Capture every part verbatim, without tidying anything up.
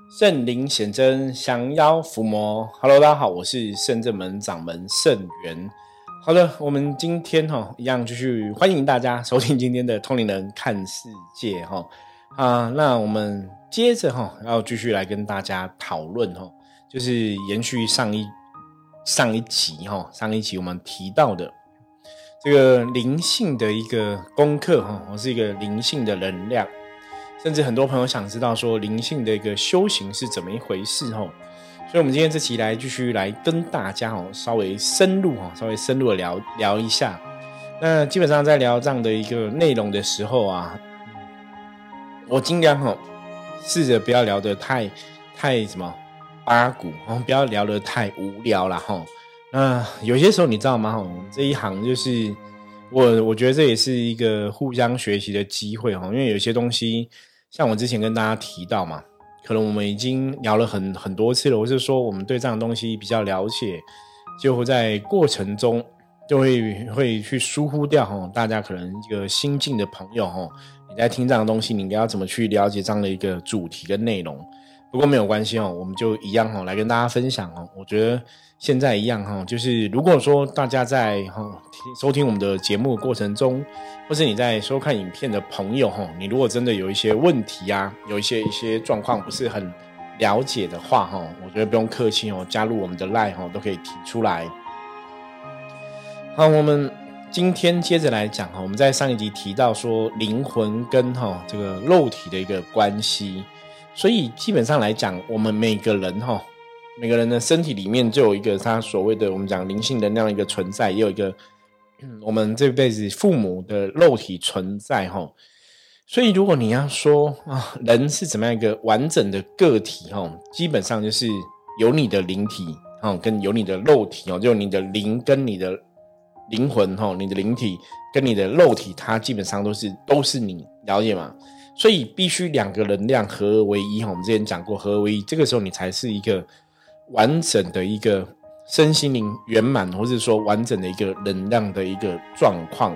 圣灵显真，降妖伏魔。Hello， 大家好，我是圣正门掌门圣元。好的，我们今天哈一样继续欢迎大家收听今天的通灵人看世界哈啊。那我们接着哈要继续来跟大家讨论哈，就是延续上一上一集哈，上一集我们提到的这个灵性的一个功课哈，我是一个灵性的能量。甚至很多朋友想知道说灵性的一个修行是怎么一回事齁，所以我们今天这期来继续来跟大家齁稍微深入齁稍微深入的聊聊一下。那基本上在聊这样的一个内容的时候啊，我尽量齁试着不要聊得太太什么八股齁，不要聊得太无聊啦齁。那有些时候你知道吗齁，我们这一行就是我我觉得这也是一个互相学习的机会齁，因为有些东西像我之前跟大家提到嘛，可能我们已经聊了很很多次了，或是说我们对这样的东西比较了解，就在过程中就会会去疏忽掉齁大家可能一个新进的朋友齁，你在听这样的东西，你应该要怎么去了解这样的一个主题跟内容。不过没有关系齁，我们就一样齁来跟大家分享齁。我觉得现在一样齁，就是如果说大家在齁收听我们的节目的过程中，或是你在收看影片的朋友齁，你如果真的有一些问题啊，有一些一些状况不是很了解的话齁，我觉得不用客气齁，加入我们的 LINE 齁都可以提出来。好，我们今天接着来讲齁，我们在上一集提到说灵魂跟齁这个肉体的一个关系。所以基本上来讲，我们每个人齁每个人的身体里面就有一个他所谓的我们讲灵性能量的一个存在，也有一个、嗯、我们这辈子父母的肉体存在齁。所以如果你要说啊，人是怎么样一个完整的个体齁，基本上就是有你的灵体齁，跟有你的肉体齁，就你的灵跟你的灵魂齁，你的灵体跟你的肉体，它基本上都是都是你，了解吗？所以必须两个能量合而为一，我们之前讲过合而为一，这个时候你才是一个完整的一个身心灵圆满，或是说完整的一个能量的一个状况。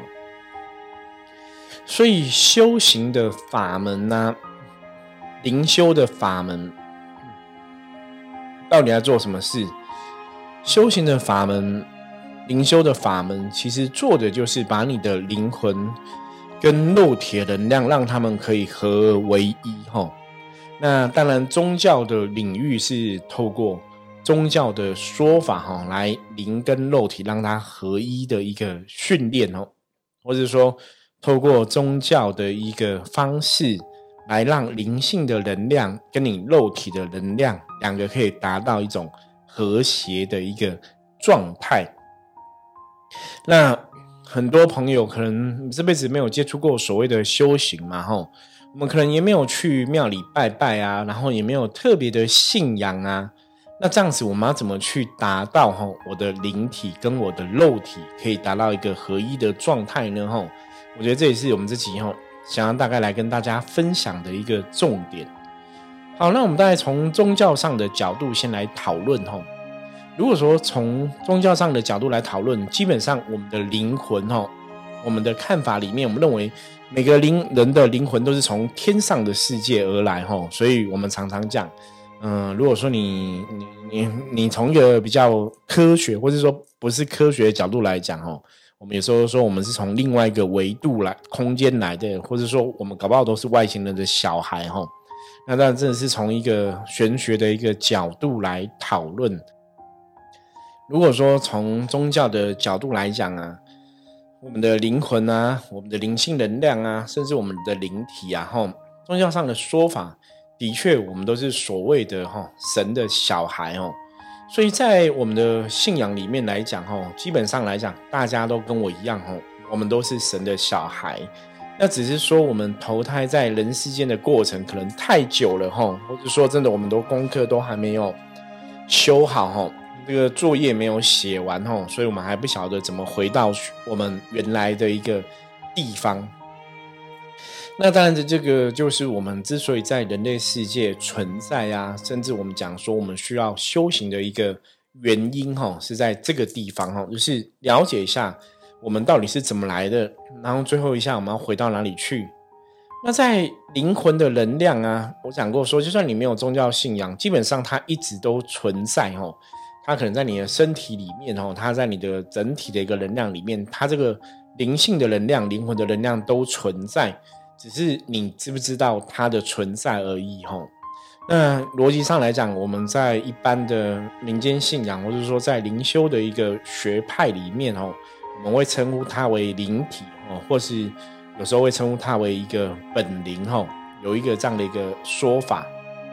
所以修行的法门啊，灵修的法门到底要做什么事？修行的法门，灵修的法门，其实做的就是把你的灵魂跟肉体的能量让他们可以合而为一齁。那当然宗教的领域是透过宗教的说法齁，来灵跟肉体让它合一的一个训练齁，或者说透过宗教的一个方式来让灵性的能量跟你肉体的能量两个可以达到一种和谐的一个状态。那很多朋友可能这辈子没有接触过所谓的修行嘛齁，我们可能也没有去庙里拜拜啊，然后也没有特别的信仰啊，那这样子我们要怎么去达到齁我的灵体跟我的肉体可以达到一个合一的状态呢齁？我觉得这也是我们这集齁想要大概来跟大家分享的一个重点。好，那我们大概从宗教上的角度先来讨论齁。如果说从宗教上的角度来讨论，基本上我们的灵魂齁，我们的看法里面，我们认为每个灵人的灵魂都是从天上的世界而来齁，所以我们常常讲嗯，如果说你你你你从一个比较科学或者说不是科学的角度来讲齁，我们有时候说我们是从另外一个维度来空间来的，或者说我们搞不好都是外星人的小孩齁，那当然真的是从一个玄学的一个角度来讨论。如果说从宗教的角度来讲啊，我们的灵魂啊，我们的灵性能量啊，甚至我们的灵体啊齁，宗教上的说法的确我们都是所谓的齁神的小孩齁。所以在我们的信仰里面来讲齁，基本上来讲大家都跟我一样齁，我们都是神的小孩。那只是说我们投胎在人世间的过程可能太久了齁，或者说真的我们的功课都还没有修好齁，这个作业没有写完齁，所以我们还不晓得怎么回到我们原来的一个地方。那当然这个就是我们之所以在人类世界存在啊，甚至我们讲说我们需要修行的一个原因齁，是在这个地方齁，就是了解一下我们到底是怎么来的，然后最后一下我们要回到哪里去。 那在灵魂的能量啊，我讲过说，就算你没有宗教信仰，基本上它一直都存在哦。它可能在你的身体里面哦，它在你的整体的一个能量里面，它这个灵性的能量、灵魂的能量都存在，只是你知不知道它的存在而已哦。那逻辑上来讲，我们在一般的民间信仰，或者说在灵修的一个学派里面哦，我们会称呼它为灵体哦，或是有时候会称呼它为一个本灵哦，有一个这样的一个说法。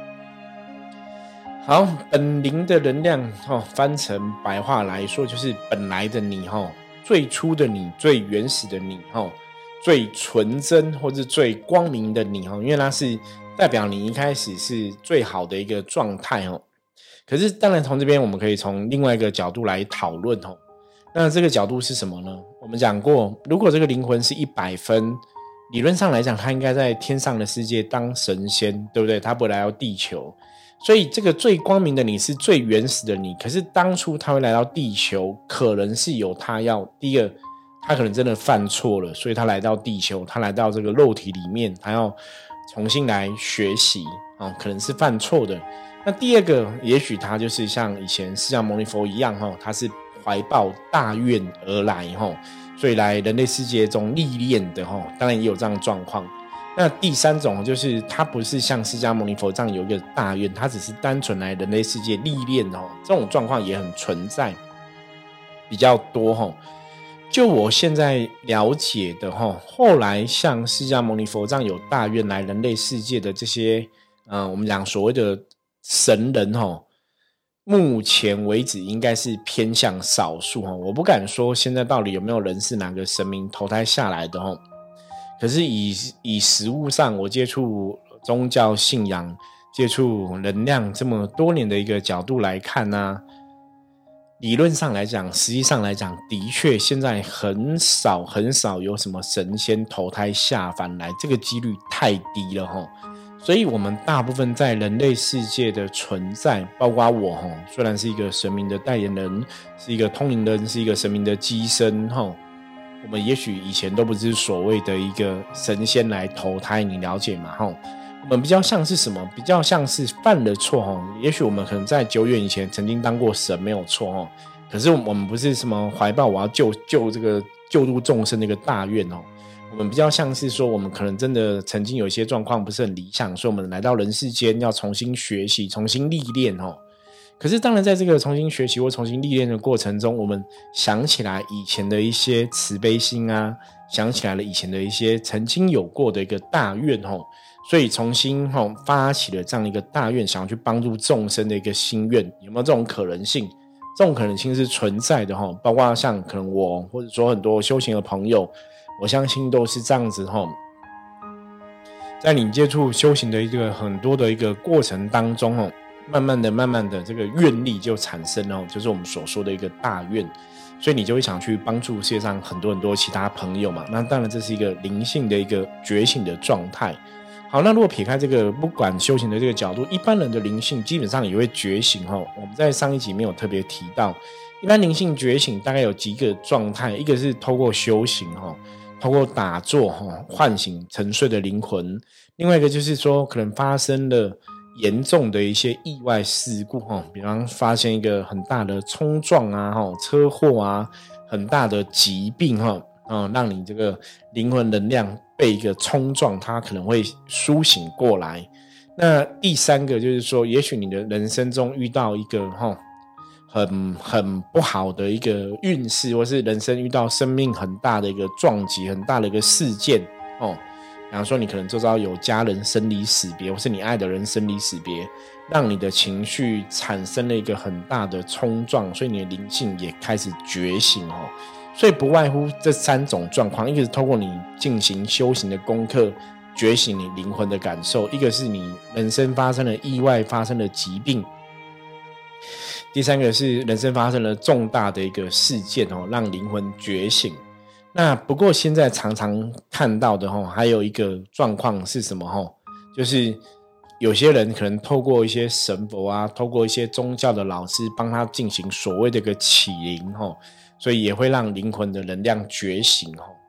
好，本灵的能量哦，翻成白话来说就是本来的你哦，最初的你，最原始的你哦，最纯真或是最光明的你哦，因为它是代表你一开始是最好的一个状态哦。可是当然从这边我们可以从另外一个角度来讨论哦。那这个角度是什么呢？我们讲过，如果这个灵魂是一百分，理论上来讲，它应该在天上的世界当神仙，对不对？它不会来到地球。所以这个最光明的你是最原始的你，可是当初他会来到地球，可能是有他要第一个，他可能真的犯错了，所以他来到地球，他来到这个肉体里面，他要重新来学习、哦、可能是犯错的。那第二个，也许他就是像以前释迦牟尼佛一样、哦、他是怀抱大愿而来、哦、所以来人类世界中历练的、哦、当然也有这样的状况。那第三种就是他不是像释迦牟尼佛这样有一个大愿，他只是单纯来人类世界历练哦，这种状况也很存在，比较多哦。就我现在了解的哦，后来像释迦牟尼佛这样有大愿来人类世界的这些，呃，我们讲所谓的神人哦，目前为止应该是偏向少数哦。我不敢说现在到底有没有人是哪个神明投胎下来的哦。可是以以实务上，我接触宗教信仰、接触能量这么多年的一个角度来看呢、啊，理论上来讲，实际上来讲，的确现在很少很少有什么神仙投胎下凡来，这个几率太低了齁。所以我们大部分在人类世界的存在，包括我齁，虽然是一个神明的代言人，是一个通灵人，是一个神明的机身齁。我们也许以前都不是所谓的一个神仙来投胎，你了解吗？我们比较像是什么？比较像是犯了错。也许我们可能在久远以前曾经当过神，没有错。可是我们不是什么怀抱我要救救这个救度众生的一个大愿哦。我们比较像是说，我们可能真的曾经有一些状况不是很理想，所以我们来到人世间要重新学习、重新历练哦。可是当然在这个重新学习或重新历练的过程中，我们想起来以前的一些慈悲心啊，想起来了以前的一些曾经有过的一个大愿哦，所以重新哦发起了这样一个大愿，想要去帮助众生的一个心愿，有没有这种可能性？这种可能性是存在的哦，包括像可能我或者说很多修行的朋友，我相信都是这样子哦。在你接触修行的一个很多的一个过程当中哦，慢慢的慢慢的这个愿力就产生了，就是我们所说的一个大愿，所以你就会想去帮助世界上很多很多其他朋友嘛。那当然这是一个灵性的一个觉醒的状态。好，那如果撇开这个不管修行的这个角度，一般人的灵性基本上也会觉醒。我们在上一集没有特别提到，一般灵性觉醒大概有几个状态，一个是透过修行，透过打坐唤醒沉睡的灵魂，另外一个就是说可能发生了严重的一些意外事故，比方发现一个很大的冲撞啊、车祸啊，很大的疾病，让你这个灵魂能量被一个冲撞，它可能会苏醒过来。那第三个就是说，也许你的人生中遇到一个很很不好的一个运势，或是人生遇到生命很大的一个撞击，很大的一个事件哦。比方说你可能周遭有家人生离死别，或是你爱的人生离死别，让你的情绪产生了一个很大的冲撞，所以你的灵性也开始觉醒哦。所以不外乎这三种状况，一个是透过你进行修行的功课觉醒你灵魂的感受，一个是你人生发生了意外，发生了疾病，第三个是人生发生了重大的一个事件哦，让灵魂觉醒。那不过现在常常看到的哦，还有一个状况是什么哦？就是有些人可能透过一些神佛啊，透过一些宗教的老师帮他进行所谓的一个启灵哦，所以也会让灵魂的能量觉醒哦。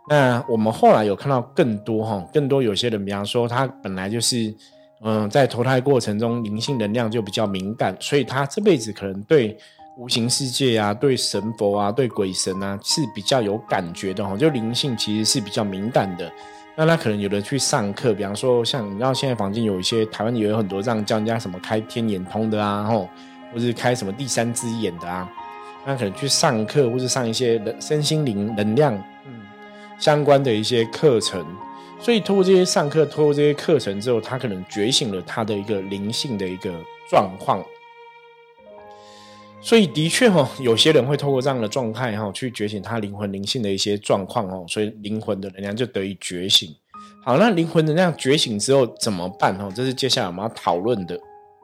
那我们后来有看到更多更多有些人，比方说他本来就是嗯，在投胎过程中灵性能量就比较敏感，所以他这辈子可能对无形世界啊，对神佛啊，对鬼神啊是比较有感觉的，就灵性其实是比较敏感的。那他可能有的去上课，比方说像你知道现在坊间有一些台湾也有很多这样教人家什么开天眼通的啊，或是开什么第三只眼的啊，那可能去上课或是上一些身心灵能量嗯相关的一些课程，所以透过这些上课，透过这些课程之后，他可能觉醒了他的一个灵性的一个状况。所以的确有些人会透过这样的状态去觉醒他灵魂灵性的一些状况，所以灵魂的能量就得以觉醒。好，那灵魂能量觉醒之后怎么办？这是接下来我们要讨论的。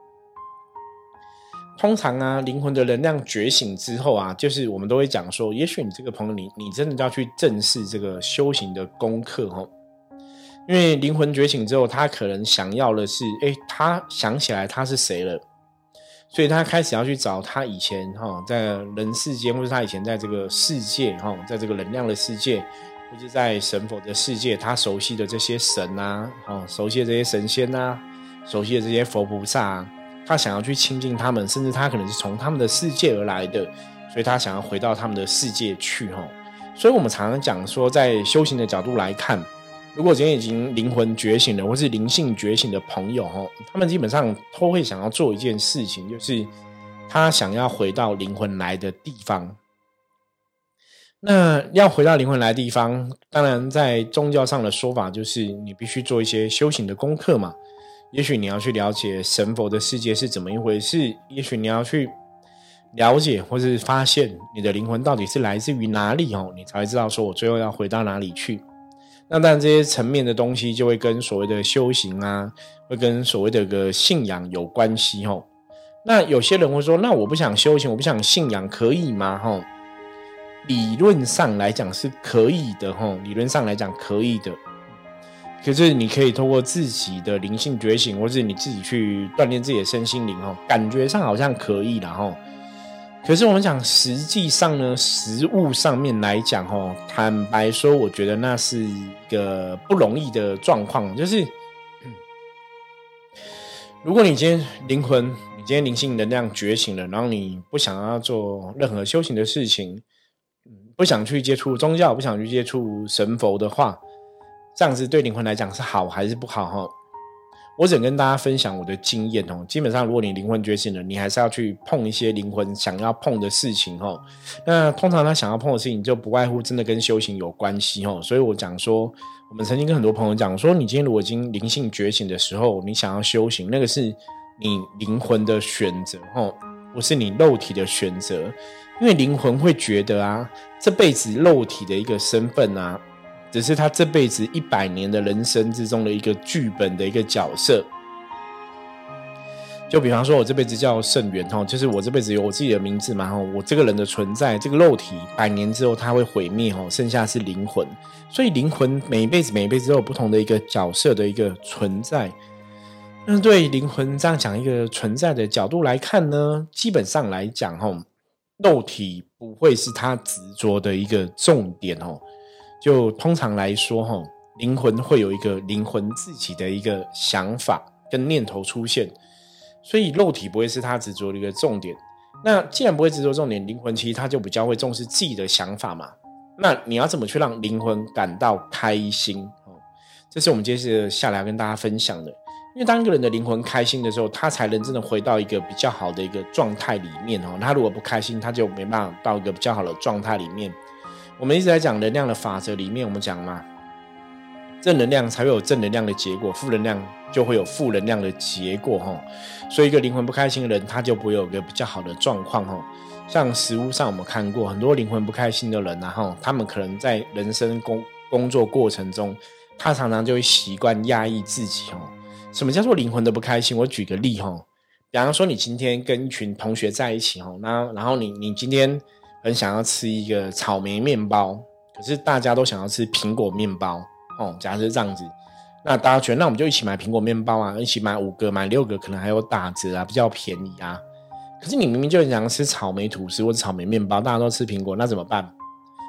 通常啊，灵魂的能量觉醒之后啊，就是我们都会讲说，也许你这个朋友，你你真的要去正视这个修行的功课哦。因为灵魂觉醒之后，他可能想要的是，诶，他想起来他是谁了，所以他开始要去找他以前哈在人世间，或者他以前在这个世界哈，在这个能量的世界，或者在神佛的世界，他熟悉的这些神啊，熟悉的这些神仙啊，熟悉的这些佛菩萨啊。他想要去亲近他们，甚至他可能是从他们的世界而来的，所以他想要回到他们的世界去。所以我们常常讲说，在修行的角度来看，如果今天已经灵魂觉醒了，或是灵性觉醒的朋友，他们基本上都会想要做一件事情，就是他想要回到灵魂来的地方。那要回到灵魂来的地方，当然在宗教上的说法就是你必须做一些修行的功课嘛。也许你要去了解神佛的世界是怎么一回事，也许你要去了解或是发现你的灵魂到底是来自于哪里，你才会知道说我最后要回到哪里去。那当然这些层面的东西就会跟所谓的修行啊，会跟所谓的个信仰有关系。那有些人会说，那我不想修行，我不想信仰，可以吗？理论上来讲是可以的，理论上来讲可以的。可是你可以透过自己的灵性觉醒，或是你自己去锻炼自己的身心灵，感觉上好像可以啦。可是我们讲实际上呢，实务上面来讲，坦白说我觉得那是一个不容易的状况。就是如果你今天灵魂，你今天灵性能量觉醒了，然后你不想要做任何修行的事情，不想去接触宗教，不想去接触神佛的话，这样子对灵魂来讲是好还是不好？我只能跟大家分享我的经验。基本上如果你灵魂觉醒了，你还是要去碰一些灵魂想要碰的事情。那通常他想要碰的事情就不外乎真的跟修行有关系。所以我讲说，我们曾经跟很多朋友讲说，你今天如果已经灵性觉醒的时候，你想要修行，那个是你灵魂的选择，不是你肉体的选择。因为灵魂会觉得啊，这辈子肉体的一个身份啊，只是他这辈子一百年的人生之中的一个剧本的一个角色。就比方说我这辈子叫圣元，就是我这辈子有我自己的名字嘛，我这个人的存在，这个肉体百年之后它会毁灭，剩下是灵魂。所以灵魂每一辈子每一辈子都有不同的一个角色的一个存在。那对灵魂这样讲一个存在的角度来看呢，基本上来讲肉体不会是他执着的一个重点。就通常来说，灵魂会有一个灵魂自己的一个想法跟念头出现，所以肉体不会是他执着的一个重点。那既然不会执着重点，灵魂其实他就比较会重视自己的想法嘛。那你要怎么去让灵魂感到开心？这是我们接着下来要跟大家分享的。因为当一个人的灵魂开心的时候，他才能真的回到一个比较好的一个状态里面。他如果不开心，他就没办法到一个比较好的状态里面。我们一直在讲能量的法则里面，我们讲嘛，正能量才会有正能量的结果，负能量就会有负能量的结果。所以一个灵魂不开心的人，他就不会有一个比较好的状况。像实务上我们看过很多灵魂不开心的人啊，他们可能在人生 工, 工作过程中，他常常就会习惯压抑自己。什么叫做灵魂的不开心？我举个例，比方说你今天跟一群同学在一起，然后你你今天很想要吃一个草莓面包，可是大家都想要吃苹果面包。假设这样子，那大家觉得那我们就一起买苹果面包啊，一起买五个买六个，可能还有打折啊，比较便宜啊。可是你明明就很想吃草莓吐司或者草莓面包，大家都吃苹果，那怎么办？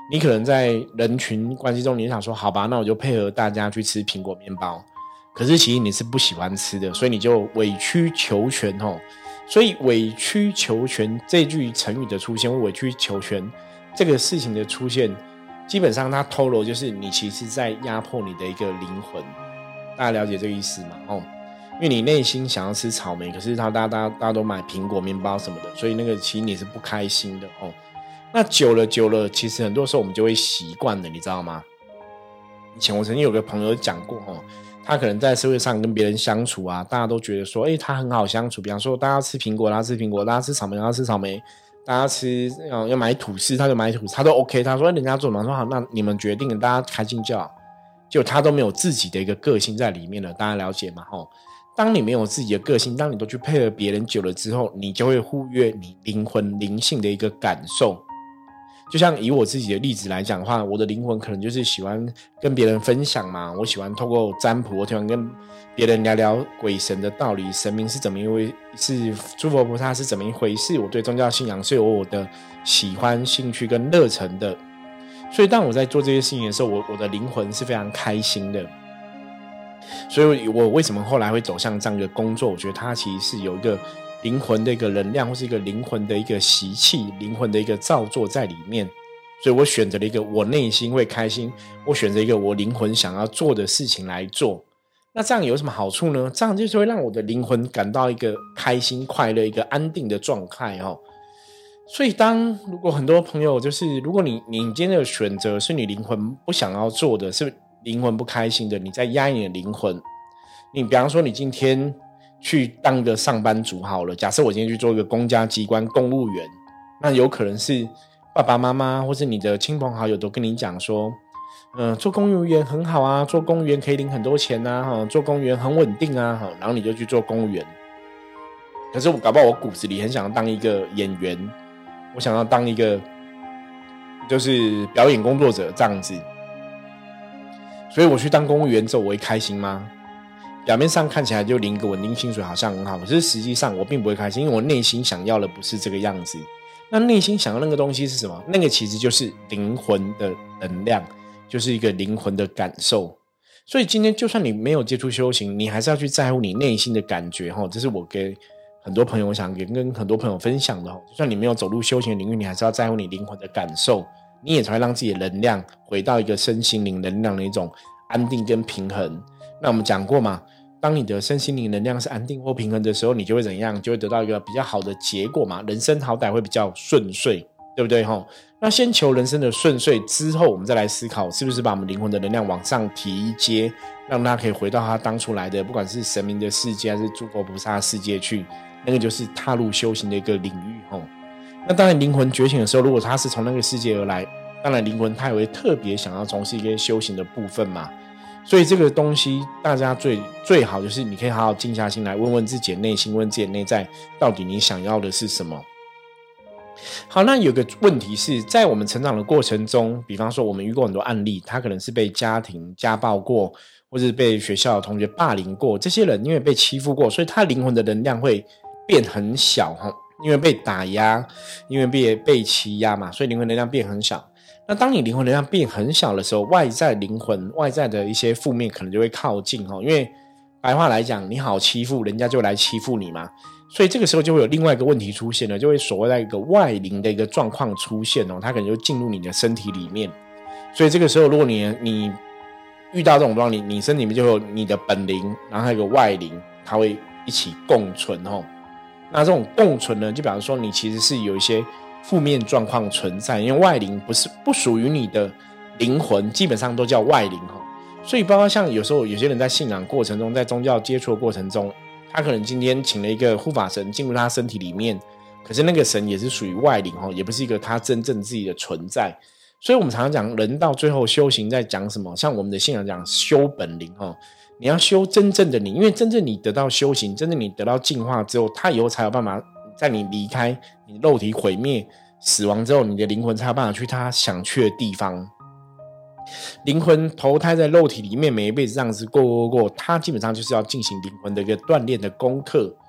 你可能在人群关系中，你想说好吧，那我就配合大家去吃苹果面包，可是其实你是不喜欢吃的，所以你就委曲求全哦。所以委曲求全这句成语的出现，或委曲求全这个事情的出现，基本上它透露就是你其实在压迫你的一个灵魂。大家了解这个意思吗？哦，因为你内心想要吃草莓，可是他大家大家大家都买苹果面包什么的，所以那个其实你是不开心的哦。那久了久了，其实很多时候我们就会习惯了，你知道吗？以前我曾经有个朋友讲过哦，他可能在社会上跟别人相处啊，大家都觉得说，哎，他很好相处。比方说，大家吃苹果，他吃苹果；大家吃草莓，他吃草莓；大家吃要要买吐司，他就买吐司，他都 OK。他说人家做什么，说好，那你们决定，大家开心就好。就他都没有自己的一个个性在里面了，大家了解吗？吼，当你没有自己的个性，当你都去配合别人久了之后，你就会忽略你灵魂灵性的一个感受。就像以我自己的例子来讲的话，我的灵魂可能就是喜欢跟别人分享嘛，我喜欢透过占卜，我喜欢跟别人聊聊鬼神的道理，神明是怎么一回事，诸佛菩萨是怎么一回事，我对宗教信仰是有我的喜欢、兴趣跟热忱的。所以当我在做这些事情的时候，我我的灵魂是非常开心的。所以我为什么后来会走向这样一个工作，我觉得它其实是有一个灵魂的一个能量，或是一个灵魂的一个习气，灵魂的一个造作在里面。所以我选择了一个我内心会开心，我选择一个我灵魂想要做的事情来做。那这样有什么好处呢？这样就是会让我的灵魂感到一个开心、快乐、一个安定的状态哦。所以当如果很多朋友就是如果你你今天的选择是你灵魂不想要做的，是灵魂不开心的，你在压抑你的灵魂。你比方说你今天去当一个上班族好了，假设我今天去做一个公家机关公务员，那有可能是爸爸妈妈或是你的亲朋好友都跟你讲说呃，做公务员很好啊，做公务员可以领很多钱啊，做公务员很稳定啊，然后你就去做公务员。可是我搞不好我骨子里很想要当一个演员，我想要当一个就是表演工作者这样子，所以我去当公务员之后我会开心吗？表面上看起来就领个稳定薪水好像很好，可是实际上我并不会开心，因为我内心想要的不是这个样子。那内心想要那个东西是什么？那个其实就是灵魂的能量，就是一个灵魂的感受。所以今天就算你没有接触修行，你还是要去在乎你内心的感觉，这是我给很多朋友想跟很多朋友分享的。就算你没有走入修行的领域，你还是要在乎你灵魂的感受，你也才会让自己的能量回到一个身心灵能量的一种安定跟平衡。那我们讲过嘛，当你的身心灵能量是安定或平衡的时候，你就会怎样？就会得到一个比较好的结果嘛，人生好歹会比较顺遂，对不对？那先求人生的顺遂之后，我们再来思考是不是把我们灵魂的能量往上提一阶，让它可以回到它当初来的，不管是神明的世界还是诸佛菩萨的世界去，那个就是踏入修行的一个领域。那当然灵魂觉醒的时候，如果它是从那个世界而来，当然灵魂它也会特别想要从事一些修行的部分嘛。所以这个东西大家最最好就是你可以好好静下心来问问自己的内心，问自己的内在，到底你想要的是什么。好，那有个问题是在我们成长的过程中，比方说我们遇过很多案例，他可能是被家庭家暴过，或是被学校的同学霸凌过，这些人因为被欺负过，所以他灵魂的能量会变很小，因为被打压，因为被被欺压嘛，所以灵魂能量变很小。那当你灵魂能量变很小的时候，外在灵魂外在的一些负面可能就会靠近，因为白话来讲，你好欺负，人家就来欺负你嘛。所以这个时候就会有另外一个问题出现了，就会所谓的一个外灵的一个状况出现，它可能就进入你的身体里面。所以这个时候如果你你遇到这种状况， 你, 你身体里面就有你的本灵，然后还有一个外灵，它会一起共存。那这种共存呢，就表示说你其实是有一些负面状况存在，因为外灵不是不属于你的灵魂，基本上都叫外灵。所以包括像有时候有些人在信仰过程中，在宗教接触的过程中，他可能今天请了一个护法神进入他身体里面，可是那个神也是属于外灵，也不是一个他真正自己的存在。所以我们常常讲人到最后修行在讲什么，像我们的信仰讲修本灵，你要修真正的你，因为真正你得到修行，真正你得到进化之后，他以后才有办法在你离开你肉体毁灭死亡之后，你的灵魂才有办法去他想去的地方。灵魂投胎在肉体里面，每一辈子这样子过过过，它基本上就是要进行灵魂的一个锻炼的功课。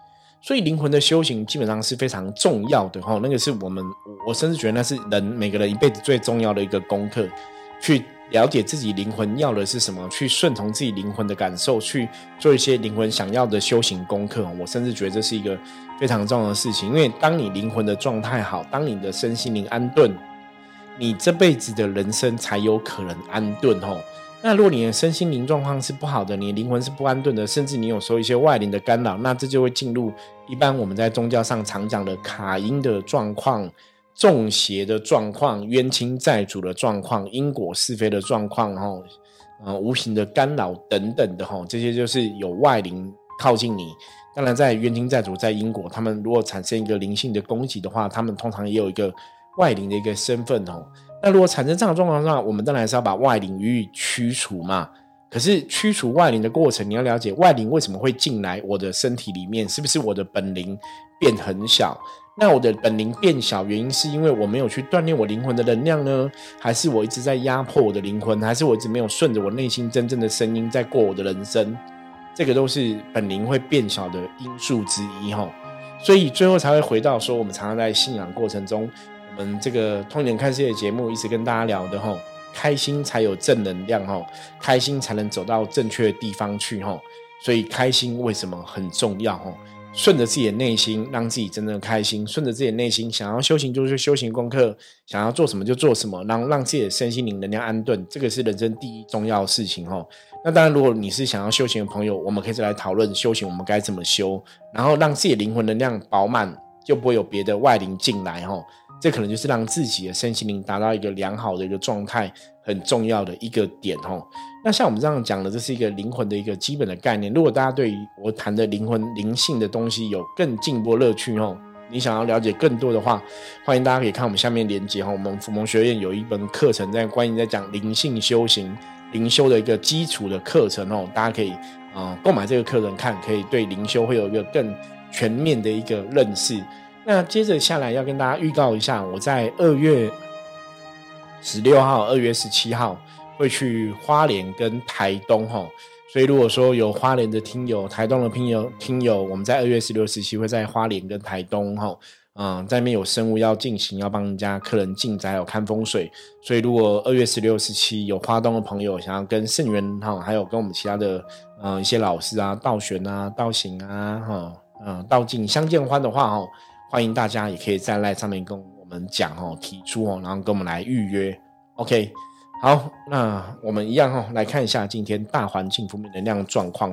所以灵魂的修行基本上是非常重要的，那个是我们我甚至觉得那是人每个人一辈子最重要的一个功课，去了解自己灵魂要的是什么，去顺从自己灵魂的感受，去做一些灵魂想要的修行功课。我甚至觉得这是一个非常重要的事情，因为当你灵魂的状态好，当你的身心灵安顿，你这辈子的人生才有可能安顿。那如果你的身心灵状况是不好的，你的灵魂是不安顿的，甚至你有受一些外灵的干扰，那这就会进入一般我们在宗教上常讲的卡因的状况、中邪的状况、冤亲债主的状况、因果是非的状况、呃、无形的干扰等等的，这些就是有外灵靠近你。当然在冤亲债主在因果，他们如果产生一个灵性的攻击的话，他们通常也有一个外灵的一个身份。那如果产生这样的状况的话，我们当然是要把外灵予以驱除嘛。可是驱除外灵的过程，你要了解外灵为什么会进来我的身体里面，是不是我的本灵变很小？那我的本灵变小，原因是因为我没有去锻炼我灵魂的能量呢，还是我一直在压迫我的灵魂，还是我一直没有顺着我内心真正的声音在过我的人生？这个都是本灵会变小的因素之一。所以最后才会回到说，我们常常在信仰过程中，我们这个通灵人看世界的节目一直跟大家聊的，开心才有正能量，开心才能走到正确的地方去。所以开心为什么很重要？顺着自己的内心，让自己真正开心，顺着自己的内心，想要修行就是修行功课，想要做什么就做什么，让让自己的身心灵能量安顿，这个是人生第一重要的事情。那当然如果你是想要修行的朋友，我们可以再来讨论修行我们该怎么修，然后让自己的灵魂能量饱满，就不会有别的外灵进来。这可能就是让自己的身心灵达到一个良好的一个状态，很重要的一个点。那像我们这样讲的，这是一个灵魂的一个基本的概念。如果大家对于我谈的灵魂灵性的东西有更进一步的乐趣，你想要了解更多的话，欢迎大家可以看我们下面连结，我们福蒙学院有一本课程在关于在讲灵性修行灵修的一个基础的课程，大家可以、呃、购买这个课程看，可以对灵修会有一个更全面的一个认识。那接着下来要跟大家预告一下，我在二月十六号、二月十七号会去花莲跟台东，所以如果说有花莲的听友、台东的听友，听友我们在二月十六、十七会在花莲跟台东，嗯，在那边有生物要进行，要帮人家客人进宅，还有看风水。所以如果二月十六、十七有花东的朋友想要跟圣元，还有跟我们其他的、呃、一些老师啊、道玄啊、道行啊、嗯、道静相见欢的话，欢迎大家也可以在 LINE 上面跟我们讲，提出，然后跟我们来预约。 OK， 好，那我们一样来看一下今天大环境负面能量状况。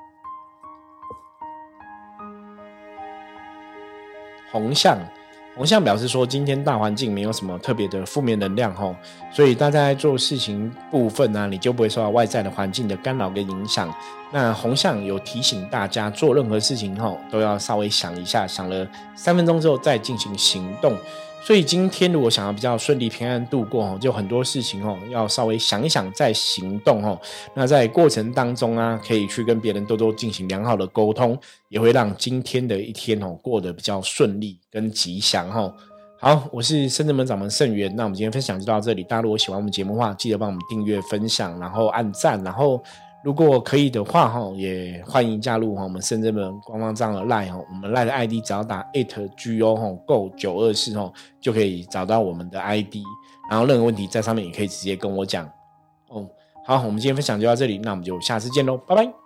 红象红象表示说今天大环境没有什么特别的负面能量，所以大家在做事情部分啊，你就不会受到外在的环境的干扰跟影响。那红象有提醒大家做任何事情都要稍微想一下，想了三分钟之后再进行行动。所以今天如果想要比较顺利平安度过，就很多事情要稍微想一想再行动。那在过程当中啊，可以去跟别人多多进行良好的沟通，也会让今天的一天过得比较顺利跟吉祥。好，我是圣真门掌门圣元，那我们今天分享就到这里。大家如果喜欢我们节目的话，记得帮我们订阅分享，然后按赞，然后如果可以的话也欢迎加入我们圣真门官方账号 LINE， 我们 LINE 的 I D 只要打 at go 九二四 就可以找到我们的 I D， 然后任何问题在上面也可以直接跟我讲。好，我们今天分享就到这里，那我们就下次见咯，拜拜。